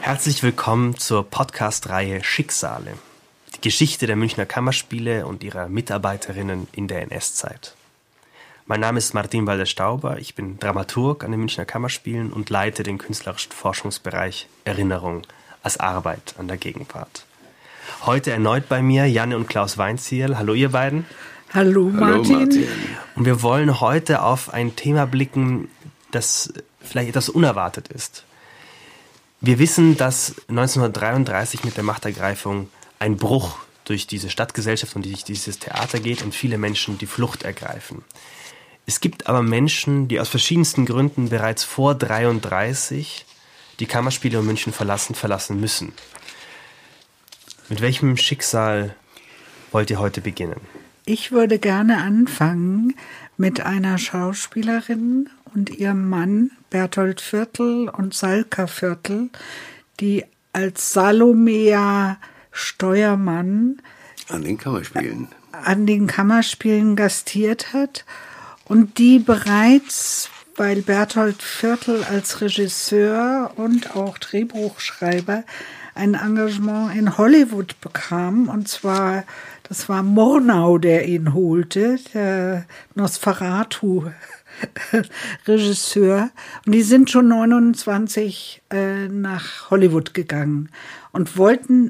Herzlich willkommen zur Podcast-Reihe Schicksale. Die Geschichte der Münchner Kammerspiele und ihrer Mitarbeiterinnen in der NS-Zeit. Mein Name ist Martin Walder-Stauber, ich bin Dramaturg an den Münchner Kammerspielen und leite den künstlerischen Forschungsbereich Erinnerung als Arbeit an der Gegenwart. Heute erneut bei mir Janne und Klaus Weinzierl. Hallo ihr beiden. Hallo Martin. Und wir wollen heute auf ein Thema blicken, das vielleicht etwas unerwartet ist. Wir wissen, dass 1933 mit der Machtergreifung ein Bruch durch diese Stadtgesellschaft und durch dieses Theater geht und viele Menschen die Flucht ergreifen. Es gibt aber Menschen, die aus verschiedensten Gründen bereits vor 1933 die Kammerspiele in München verlassen müssen. Mit welchem Schicksal wollt ihr heute beginnen? Ich würde gerne anfangen mit einer Schauspielerin und ihrem Mann Berthold Viertel und Salka Viertel, die als Salomea Steuermann an den Kammerspielen gastiert hat und die bereits, weil Berthold Viertel als Regisseur und auch Drehbuchschreiber ein Engagement in Hollywood bekam, und zwar, das war Murnau, der ihn holte, der Nosferatu-Regisseur. Und die sind schon 1929 nach Hollywood gegangen und wollten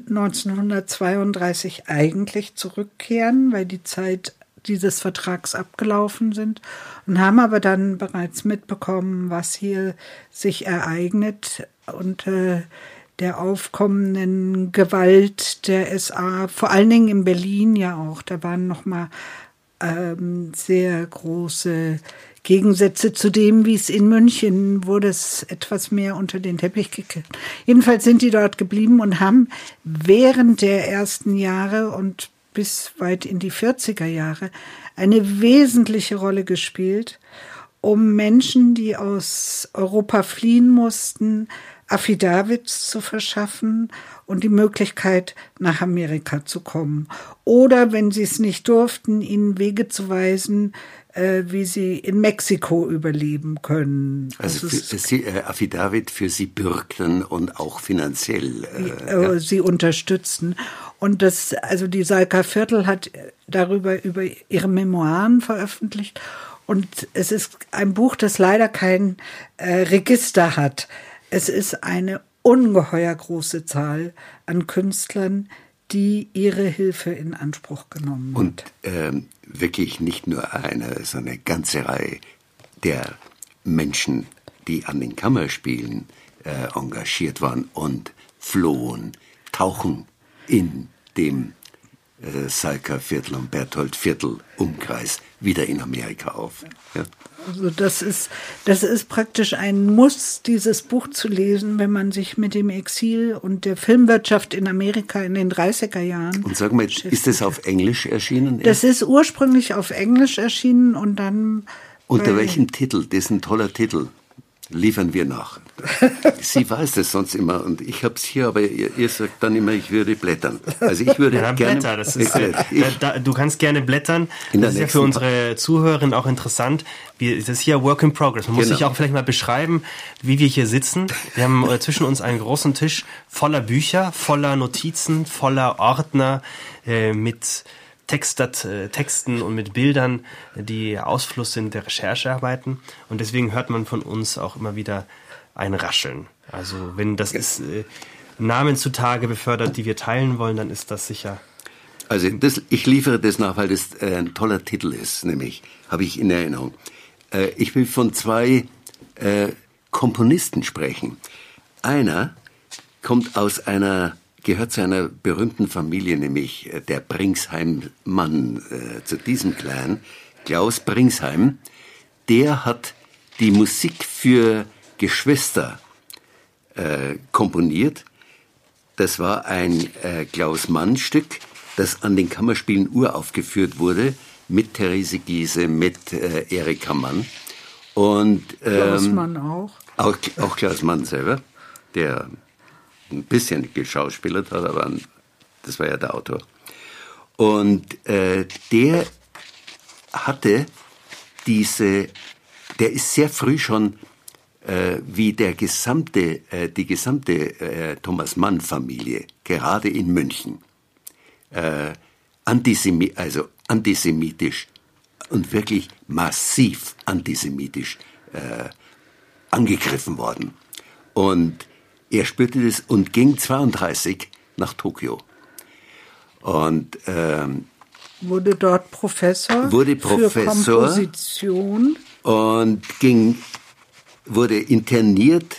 1932 eigentlich zurückkehren, weil die Zeit dieses Vertrags abgelaufen sind, und haben aber dann bereits mitbekommen, was hier sich ereignet und der aufkommenden Gewalt der SA, vor allen Dingen in Berlin ja auch. Da waren nochmal sehr große Gegensätze zu dem, wie es in München wurde, es etwas mehr unter den Teppich gekehrt. Jedenfalls sind die dort geblieben und haben während der ersten Jahre und bis weit in die 40er Jahre eine wesentliche Rolle gespielt, um Menschen, die aus Europa fliehen mussten, Affidavits zu verschaffen und die Möglichkeit, nach Amerika zu kommen. Oder, wenn sie es nicht durften, ihnen Wege zu weisen, wie sie in Mexiko überleben können. Also Affidavit für sie bürgten und auch finanziell sie unterstützen. Und die Salka Viertel hat über ihre Memoiren veröffentlicht. Und es ist ein Buch, das leider kein Register hat. Es ist eine ungeheuer große Zahl an Künstlern, die ihre Hilfe in Anspruch genommen haben. Und wirklich nicht nur eine, sondern eine ganze Reihe der Menschen, die an den Kammerspielen engagiert waren und flohen, tauchen in dem Salka Viertel und Berthold Viertel Umkreis wieder in Amerika auf. Ja. Also das ist praktisch ein Muss, dieses Buch zu lesen, wenn man sich mit dem Exil und der Filmwirtschaft in Amerika in den 30er Jahren. Und sag mal, ist das auf Englisch erschienen? Das ist ursprünglich auf Englisch erschienen und dann... Unter welchem Titel? Das ist ein toller Titel. Liefern wir nach. Sie weiß das sonst immer und ich habe es hier, aber ihr sagt dann immer, ich würde blättern. Also ich würde gerne Blätter. Das ist, du kannst gerne blättern. Das ist ja für unsere Zuhörerinnen auch interessant. Das ist hier Work in Progress. Man muss sich auch vielleicht mal beschreiben, wie wir hier sitzen. Wir haben zwischen uns einen großen Tisch voller Bücher, voller Notizen, voller Ordner mit Texten und mit Bildern, die Ausfluss sind der Recherchearbeiten. Und deswegen hört man von uns auch immer wieder ein Rascheln. Also wenn das ist Namen zutage befördert, die wir teilen wollen, dann ist das sicher... Also ich liefere das nach, weil das ein toller Titel ist, nämlich, habe ich in Erinnerung. Ich will von zwei Komponisten sprechen. Einer gehört zu einer berühmten Familie, nämlich der Bringsheim-Mann, zu diesem Clan, Klaus Bringsheim. Der hat die Musik für Geschwister komponiert. Das war ein Klaus-Mann-Stück, das an den Kammerspielen uraufgeführt wurde, mit Therese Giehse, mit Erika Mann. Und Klaus Mann auch? Auch Klaus Mann selber, der ein bisschen geschauspielert hat, aber das war ja der Autor. Und der hatte der ist sehr früh schon wie die gesamte Thomas-Mann-Familie, gerade in München, antisemitisch und wirklich massiv antisemitisch angegriffen worden. Und er spürte das und ging 1932 nach Tokio. Und wurde dort Professor für Komposition. Und wurde interniert,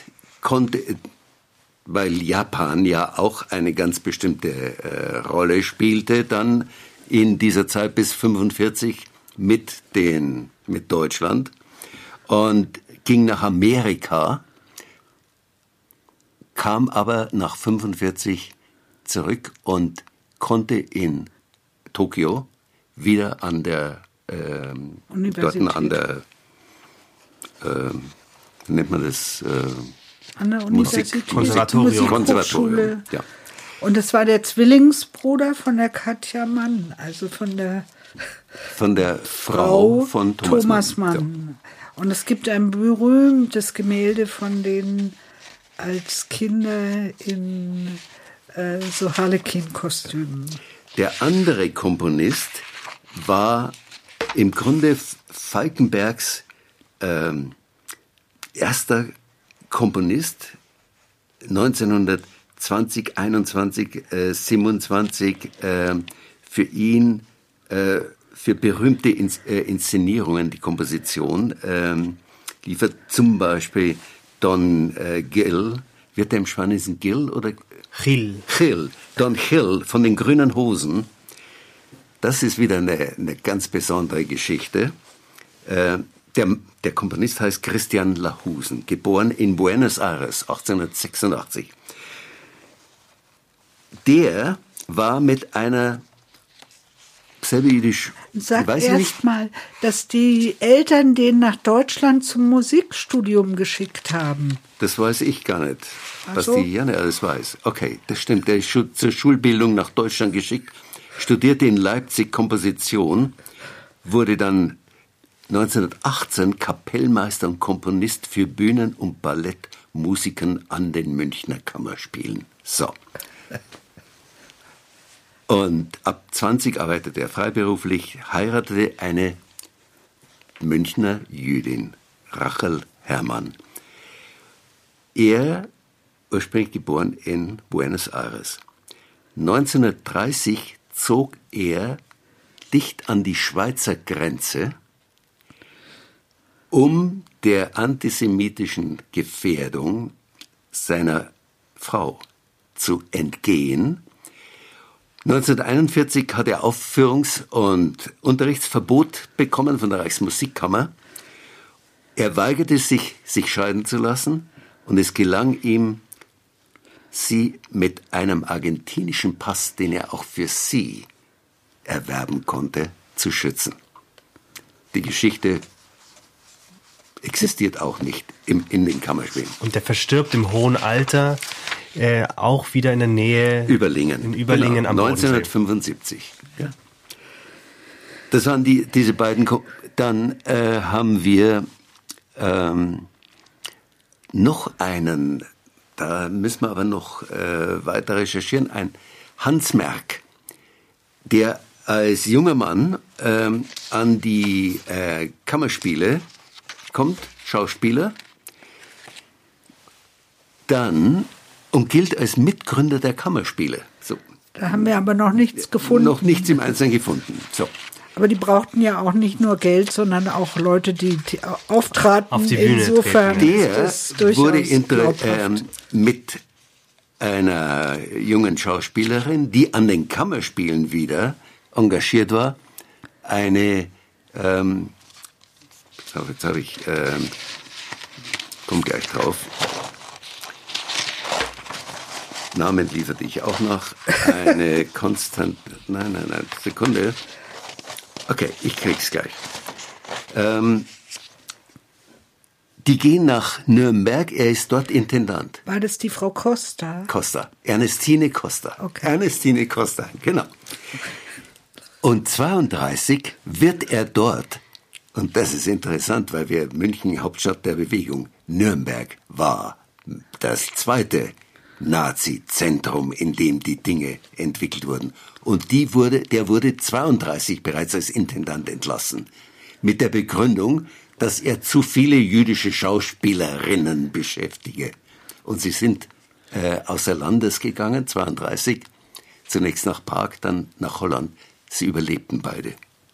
weil Japan ja auch eine ganz bestimmte Rolle spielte, dann in dieser Zeit bis 1945 mit Deutschland, und ging nach Amerika, kam aber nach 1945 zurück und konnte in Tokio wieder an der Universität. Dort an der nennt man das An der Universität. Konservatorium. Ja. Und das war der Zwillingsbruder von der Katja Mann, also von der Frau von Thomas Mann. So. Und es gibt ein berühmtes Gemälde von denen als Kinder in so Harlekin-Kostümen. Der andere Komponist war im Grunde Falkenbergs erster Komponist, 1920, 21, 27, für ihn, für berühmte Inszenierungen die Komposition, liefert zum Beispiel Don Gil, wird der im Spanischen Gil oder? Gil. Don Gil von den Grünen Hosen. Das ist wieder eine ganz besondere Geschichte. Der Komponist heißt Christian Lahusen, geboren in Buenos Aires 1886. Der war mit einer Pseudo-jüdisch... Sag erst mal, dass die Eltern den nach Deutschland zum Musikstudium geschickt haben. Das weiß ich gar nicht, was so. die Janne alles weiß. Okay, das stimmt. Der ist zur Schulbildung nach Deutschland geschickt, studierte in Leipzig Komposition, wurde dann 1918 Kapellmeister und Komponist für Bühnen- und Ballettmusiken an den Münchner Kammerspielen. So. Und ab 20 arbeitete er freiberuflich, heiratete eine Münchner Jüdin, Rachel Herrmann. Er, ursprünglich geboren in Buenos Aires. 1930 zog er dicht an die Schweizer Grenze, um der antisemitischen Gefährdung seiner Frau zu entgehen. 1941 hat er Aufführungs- und Unterrichtsverbot bekommen von der Reichsmusikkammer. Er weigerte sich scheiden zu lassen, und es gelang ihm, sie mit einem argentinischen Pass, den er auch für sie erwerben konnte, zu schützen. Die Geschichte existiert auch nicht in den Kammerspielen. Und der verstirbt im hohen Alter, auch wieder in der Nähe. Überlingen. In Überlingen genau, am Bodensee. 1975. Ja. Das waren diese beiden. Dann haben wir noch einen, da müssen wir aber noch weiter recherchieren, ein Hans Merck, der als junger Mann an die Kammerspiele kommt, Schauspieler, dann und gilt als Mitgründer der Kammerspiele. So. Da haben wir aber noch nichts gefunden. Noch nichts im Einzelnen gefunden. So. Aber die brauchten ja auch nicht nur Geld, sondern auch Leute, die auftraten. Auf die Bühne Insofern der ist das wurde glaubhaft. mit einer jungen Schauspielerin, die an den Kammerspielen wieder engagiert war, eine jetzt habe ich komm gleich drauf. Namen lieferte ich auch noch. Eine nein, Sekunde. Okay, ich krieg's gleich. Die gehen nach Nürnberg, er ist dort Intendant. War das die Frau Costa? Costa, Ernestine Costa. Okay. Ernestine Costa, genau. Und 1932 wird er dort Und das ist interessant, weil wir München, Hauptstadt der Bewegung, Nürnberg war das zweite Nazi-Zentrum, in dem die Dinge entwickelt wurden. Und der wurde 32 bereits als Intendant entlassen. Mit der Begründung, dass er zu viele jüdische Schauspielerinnen beschäftige. Und sie sind außer Landes gegangen, 32, zunächst nach Prag, dann nach Holland. Sie überlebten beide.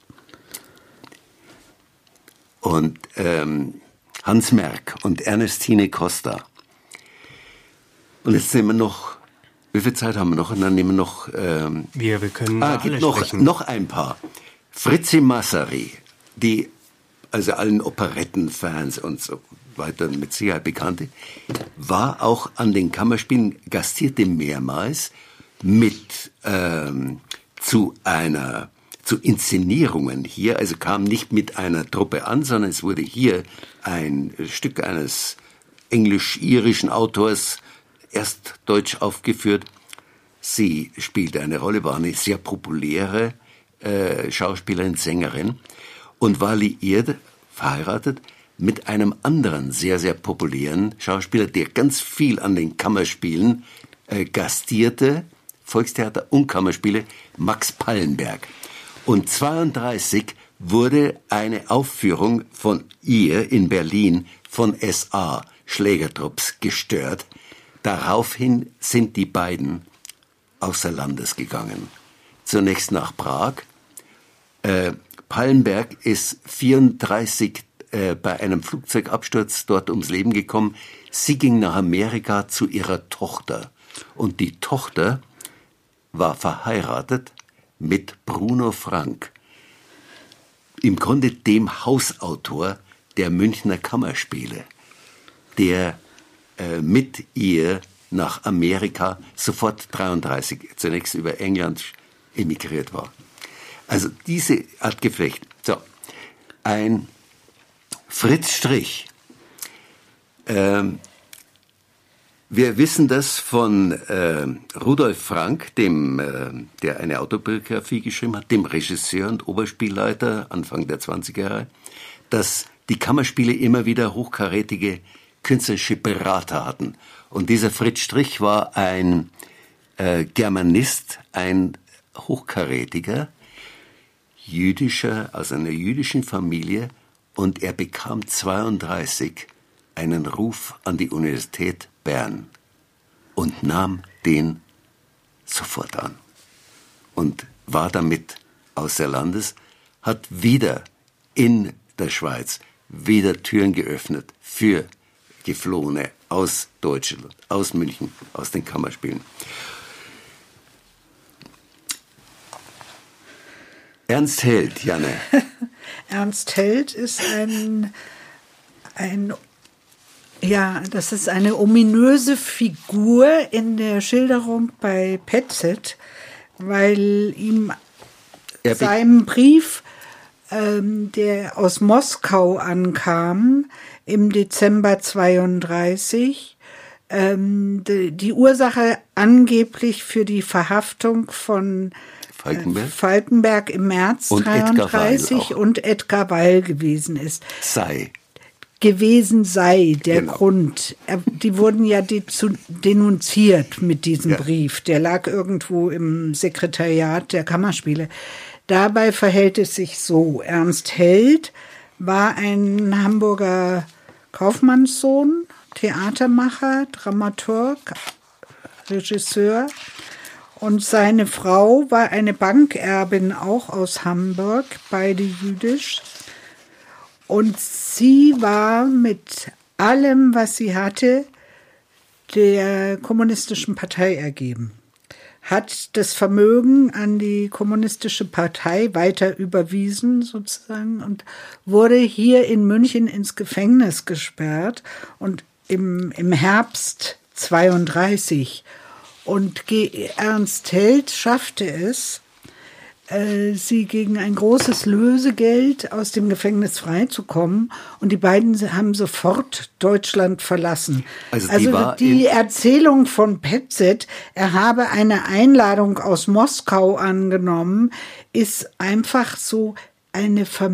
Und Hans Merck und Ernestine Costa. Und jetzt nehmen wir noch, wie viel Zeit haben wir noch? Und dann nehmen wir noch... wir können gibt noch ein paar. Fritzi Massary, die also allen Operettenfans und so weiter mit Sicherheit bekannte, war auch an den Kammerspielen, gastierte mehrmals mit zu Inszenierungen hier, also kam nicht mit einer Truppe an, sondern es wurde hier ein Stück eines englisch-irischen Autors erst deutsch aufgeführt. Sie spielte eine Rolle, war eine sehr populäre Schauspielerin, Sängerin und war liiert, verheiratet mit einem anderen sehr, sehr populären Schauspieler, der ganz viel an den Kammerspielen gastierte, Volkstheater und Kammerspiele, Max Pallenberg. Und 1932 wurde eine Aufführung von ihr in Berlin von SA, Schlägertrupps, gestört. Daraufhin sind die beiden außer Landes gegangen. Zunächst nach Prag. Pallenberg ist 1934 bei einem Flugzeugabsturz dort ums Leben gekommen. Sie ging nach Amerika zu ihrer Tochter. Und die Tochter war verheiratet mit Bruno Frank, im Grunde dem Hausautor der Münchner Kammerspiele, der mit ihr nach Amerika sofort 1933 zunächst über England emigriert war. Also diese Art Geflecht. So, ein Fritz Strich. Wir wissen das von Rudolf Frank, der eine Autobiografie geschrieben hat, dem Regisseur und Oberspielleiter Anfang der 20er Jahre, dass die Kammerspiele immer wieder hochkarätige künstlerische Berater hatten. Und dieser Fritz Strich war ein Germanist, ein hochkarätiger, aus einer jüdischen Familie, und er bekam 1932 einen Ruf an die Universität Bern und nahm den sofort an und war damit außer Landes, hat wieder in der Schweiz wieder Türen geöffnet für Geflohene aus Deutschland, aus München, aus den Kammerspielen. Ernst Held, Janne. Ernst Held ist das ist eine ominöse Figur in der Schilderung bei Petzet, weil ihm seinem Brief, der aus Moskau ankam, im Dezember 1932, die Ursache angeblich für die Verhaftung von Falkenberg im März 1933 und Edgar Weil gewesen ist. Gewesen sei der Grund. Die wurden ja denunziert mit diesem Brief. Der lag irgendwo im Sekretariat der Kammerspiele. Dabei verhält es sich so. Ernst Held war ein Hamburger Kaufmannssohn, Theatermacher, Dramaturg, Regisseur. Und seine Frau war eine Bankerbin, auch aus Hamburg, beide jüdisch. Und sie war mit allem, was sie hatte, der Kommunistischen Partei ergeben. Hat das Vermögen an die Kommunistische Partei weiter überwiesen, sozusagen, und wurde hier in München ins Gefängnis gesperrt und im Herbst 1932. Und Ernst Held schaffte es, sie gegen ein großes Lösegeld aus dem Gefängnis freizukommen. Und die beiden haben sofort Deutschland verlassen. Also die Erzählung von Petzet, er habe eine Einladung aus Moskau angenommen, ist einfach so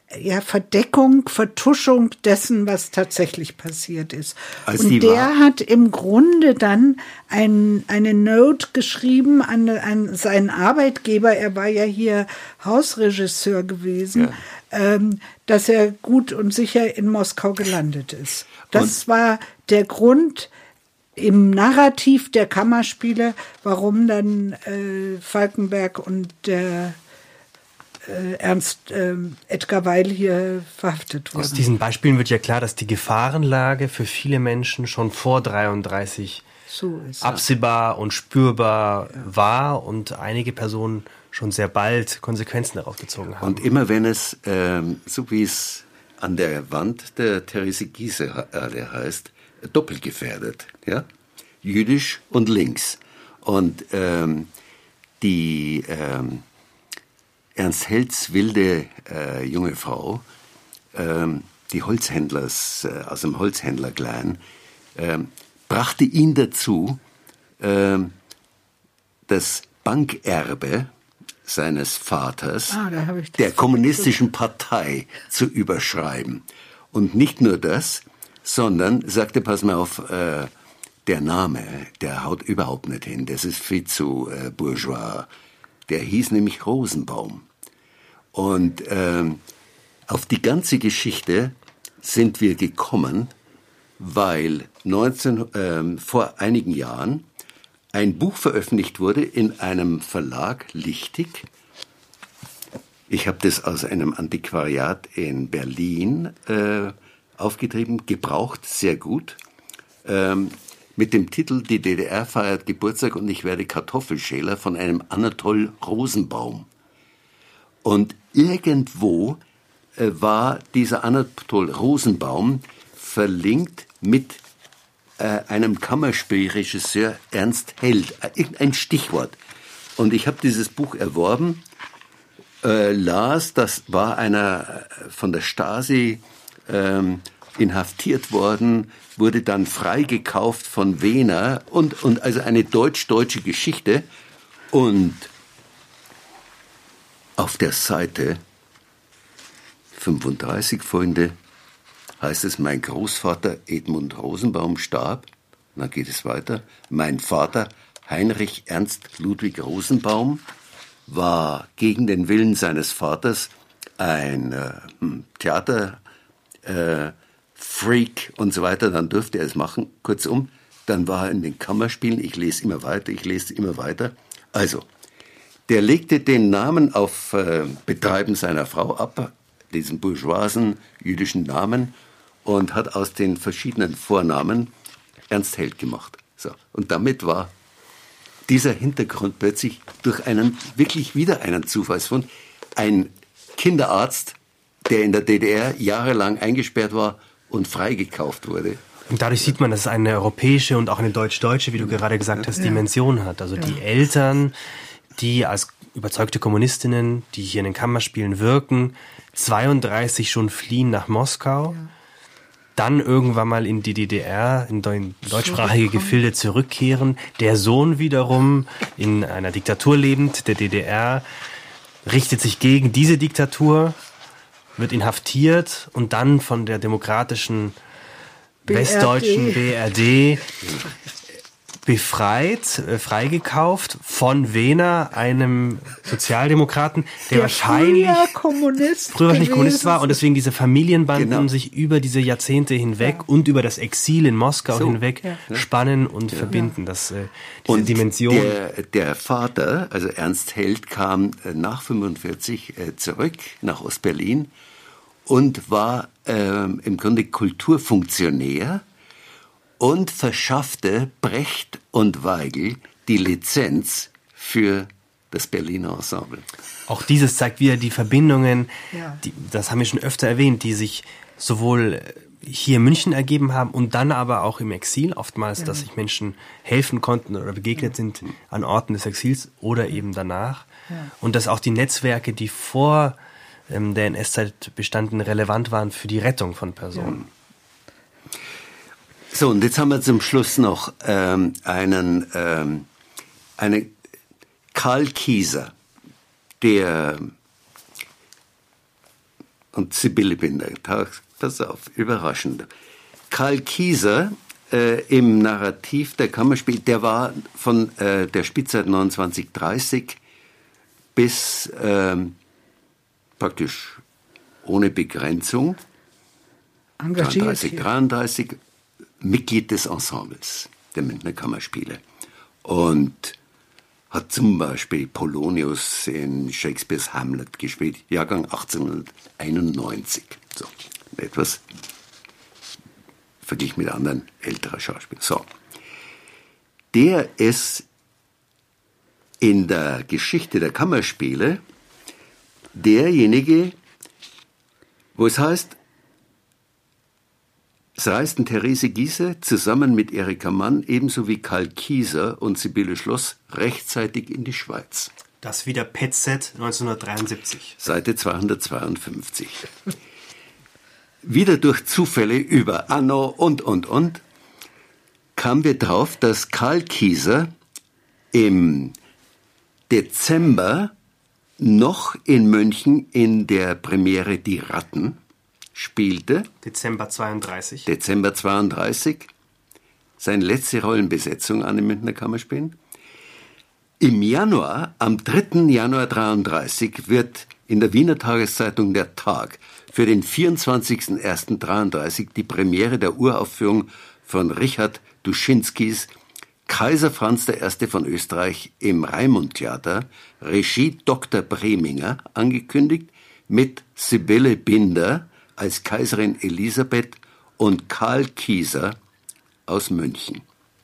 Verdeckung, Vertuschung dessen, was tatsächlich passiert ist. Und der hat im Grunde dann eine Note geschrieben an seinen Arbeitgeber, er war ja hier Hausregisseur gewesen, dass er gut und sicher in Moskau gelandet ist. Das war der Grund im Narrativ der Kammerspiele, warum dann Falkenberg und der Edgar Weil hier verhaftet wurden. Aus diesen Beispielen wird ja klar, dass die Gefahrenlage für viele Menschen schon vor 1933 absehbar und spürbar war und einige Personen schon sehr bald Konsequenzen daraus gezogen haben. Und immer wenn es, so wie es an der Wand der Therese Giehse heißt, doppelt gefährdet, ja, jüdisch und links. Und die Ernst Helds wilde junge Frau, die Holzhändlers aus dem Holzhändlerclan, brachte ihn dazu, das Bankerbe seines Vaters der kommunistischen Partei zu überschreiben. Und nicht nur das, sondern sagte, pass mal auf, der Name, der haut überhaupt nicht hin, das ist viel zu bourgeois. Der hieß nämlich Rosenbaum. Und auf die ganze Geschichte sind wir gekommen, weil vor einigen Jahren ein Buch veröffentlicht wurde in einem Verlag, Lichtig. Ich habe das aus einem Antiquariat in Berlin aufgetrieben, gebraucht, sehr gut, mit dem Titel Die DDR feiert Geburtstag und ich werde Kartoffelschäler von einem Anatol Rosenbaum. Und irgendwo war dieser Anatol Rosenbaum verlinkt mit einem Kammerspielregisseur Ernst Held, irgendein Stichwort. Und ich habe dieses Buch erworben, las, das war einer von der Stasi inhaftiert worden, wurde dann freigekauft von Wehner und also eine deutsch-deutsche Geschichte. Und auf der Seite 35, Freunde, heißt es, mein Großvater Edmund Rosenbaum starb. Und dann geht es weiter. Mein Vater Heinrich Ernst Ludwig Rosenbaum war gegen den Willen seines Vaters ein Theater Freak und so weiter, dann durfte er es machen. Kurzum, dann war er in den Kammerspielen, ich lese immer weiter. Also, der legte den Namen auf Betreiben seiner Frau ab, diesen bourgeoisen jüdischen Namen, und hat aus den verschiedenen Vornamen Ernst Held gemacht. So. Und damit war dieser Hintergrund plötzlich durch wirklich wieder einen Zufallsfund, ein Kinderarzt, der in der DDR jahrelang eingesperrt war und freigekauft wurde. Und dadurch sieht man, dass es eine europäische und auch eine deutsch-deutsche, wie du gerade gesagt hast, Dimension hat. Also die Eltern, die als überzeugte Kommunistinnen, die hier in den Kammerspielen wirken, 1932 schon fliehen nach Moskau, dann irgendwann mal in die DDR, in deutschsprachige Gefilde zurückkehren. Der Sohn wiederum, in einer Diktatur lebend, der DDR, richtet sich gegen diese Diktatur, wird inhaftiert und dann von der demokratischen westdeutschen BRD befreit, freigekauft von Wehner, einem Sozialdemokraten, der wahrscheinlich früher nicht Kommunist war und deswegen diese Familienbanden sich über diese Jahrzehnte hinweg und über das Exil in Moskau hinweg spannen und verbinden. Diese Dimension. Der Vater, also Ernst Held, kam nach 1945 zurück nach Ostberlin und war im Grunde Kulturfunktionär und verschaffte Brecht und Weigel die Lizenz für das Berliner Ensemble. Auch dieses zeigt wieder die Verbindungen, das haben wir schon öfter erwähnt, die sich sowohl hier in München ergeben haben und dann aber auch im Exil, oftmals, dass sich Menschen helfen konnten oder begegnet sind an Orten des Exils oder eben danach. Und dass auch die Netzwerke, die vor der NS-Zeit bestanden, relevant waren für die Rettung von Personen. So, und jetzt haben wir zum Schluss noch einen Karl Kieser, der und Sibylle Binder. Pass auf, überraschend. Karl Kieser im Narrativ der Kammerspiele, der war von der Spielzeit 29:30 bis praktisch ohne Begrenzung 33 Mitglied des Ensembles der Münchner Kammerspiele und hat zum Beispiel Polonius in Shakespeares Hamlet gespielt, Jahrgang 1891. So, etwas verglichen mit anderen älteren Schauspielern. So. Der ist in der Geschichte der Kammerspiele derjenige, wo es heißt, es reisten Therese Giehse zusammen mit Erika Mann ebenso wie Karl Kieser und Sibylle Schloss rechtzeitig in die Schweiz. Das wieder PZ 1973. Seite 252. Wieder durch Zufälle über Anno und, kamen wir drauf, dass Karl Kieser im Dezember noch in München in der Premiere Die Ratten spielte. Dezember 32. Seine letzte Rollenbesetzung an den Münchner Kammerspielen. Im Januar, am 3. Januar 33, wird in der Wiener Tageszeitung Der Tag für den 24.01.33 die Premiere der Uraufführung von Richard Duschinskis Kaiser Franz I. von Österreich im Raimund-Theater, Regie Dr. Breminger, angekündigt, mit Sibylle Binder als Kaiserin Elisabeth und Karl Kieser aus München.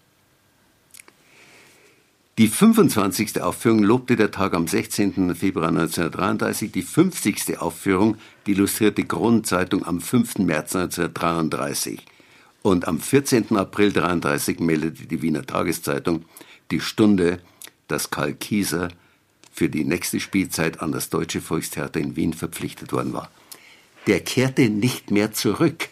Die 25. Aufführung lobte der Tag am 16. Februar 1933, die 50. Aufführung die Illustrierte Kronenzeitung am 5. März 1933. Und am 14. April 1933 meldete die Wiener Tageszeitung die Stunde, dass Karl Kieser für die nächste Spielzeit an das Deutsche Volkstheater in Wien verpflichtet worden war. Der kehrte nicht mehr zurück.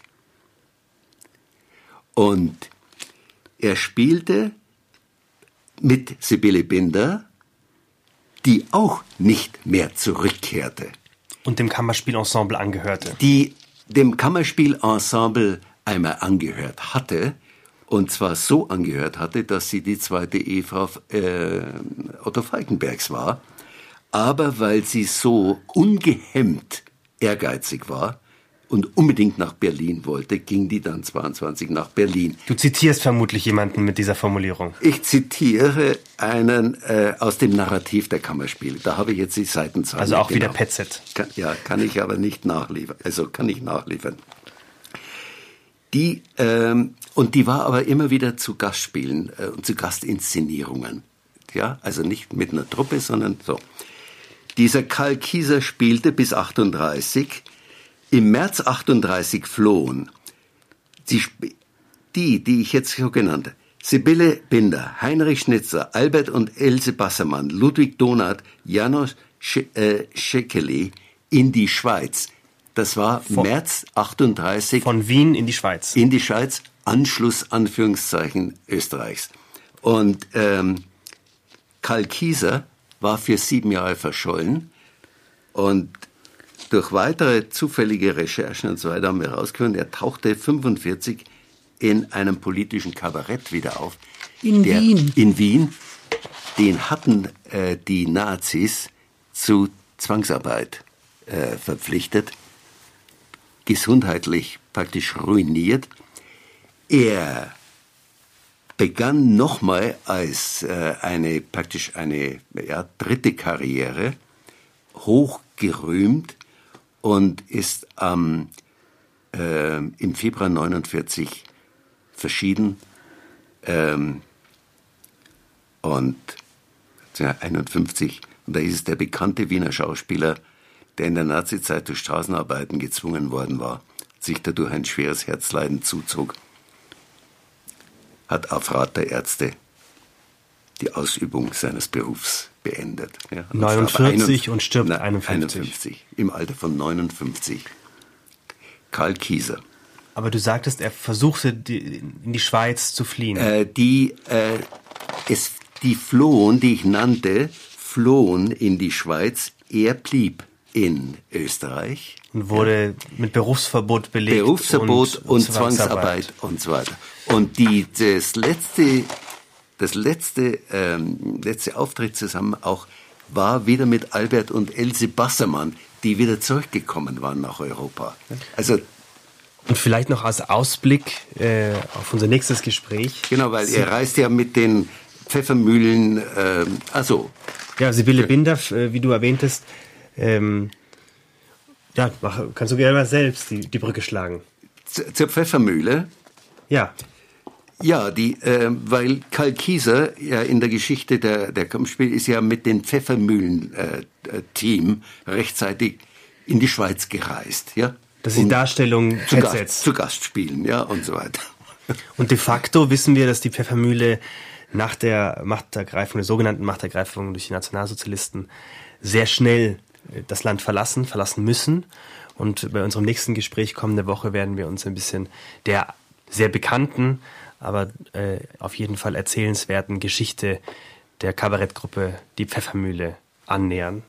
Und er spielte mit Sibylle Binder, die auch nicht mehr zurückkehrte. Und dem Kammerspielensemble angehörte. Die dem Kammerspielensemble einmal angehört hatte, und zwar so angehört hatte, dass sie die zweite Ehefrau Otto Falkenbergs war, aber weil sie so ungehemmt ehrgeizig war und unbedingt nach Berlin wollte, ging die dann 22 nach Berlin. Du zitierst vermutlich jemanden mit dieser Formulierung. Ich zitiere einen aus dem Narrativ der Kammerspiele. Da habe ich jetzt die Seitenzahl. Also auch wieder PZ. Kann ich aber nicht nachliefern. Also kann ich nachliefern. Und die war aber immer wieder zu Gastspielen und zu Gastinszenierungen. Ja, also nicht mit einer Truppe, sondern so. Dieser Karl Kieser spielte bis 38. Im März 38 flohen die ich jetzt so genannt habe, Sibylle Binder, Heinrich Schnitzer, Albert und Else Bassermann, Ludwig Donath, Janos Schekeli in die Schweiz. Das war März 38. Von Wien in die Schweiz. In die Schweiz, Anschluss, Anführungszeichen, Österreichs. Und Karl Kieser war für 7 Jahre verschollen. Und durch weitere zufällige Recherchen und so weiter haben wir herausgefunden, er tauchte 1945 in einem politischen Kabarett wieder auf. In Wien. Den hatten die Nazis zu Zwangsarbeit verpflichtet, gesundheitlich praktisch ruiniert. Er begann nochmal als eine dritte Karriere, hochgerühmt, und ist im Februar 1949 verschieden und 1951. Und da ist es der bekannte Wiener Schauspieler, der in der Nazizeit durch Straßenarbeiten gezwungen worden war, sich dadurch ein schweres Herzleiden zuzog, hat auf Rat der Ärzte die Ausübung seines Berufs beendet. Ja, 49 und stirbt 51. 51. Im Alter von 59. Karl Kieser. Aber du sagtest, er versuchte in die Schweiz zu fliehen. Die flohen, die ich nannte, flohen in die Schweiz. Er blieb in Österreich. Und wurde mit Berufsverbot belegt. Berufsverbot und Zwangsarbeit und so weiter. Und das letzte Auftritt zusammen auch war wieder mit Albert und Else Bassermann, die wieder zurückgekommen waren nach Europa. Also und vielleicht noch als Ausblick auf unser nächstes Gespräch. Genau, weil er reist ja mit den Pfeffermühlen, Ja, Sibylle Binder, wie du erwähntest, kannst du gerne mal selbst die Brücke schlagen. Zur Pfeffermühle? Ja. Ja, weil Karl Kieser ja in der Geschichte der Kampfspiele ist ja mit den Pfeffermühlen-Team rechtzeitig in die Schweiz gereist, ja. Dass die Darstellung zu Gastspielen, ja, und so weiter. Und de facto wissen wir, dass die Pfeffermühle nach der sogenannten Machtergreifung durch die Nationalsozialisten sehr schnell das Land verlassen müssen. Und bei unserem nächsten Gespräch kommende Woche werden wir uns ein bisschen der sehr bekannten, aber auf jeden Fall erzählenswerten Geschichte der Kabarettgruppe Die Pfeffermühle annähern.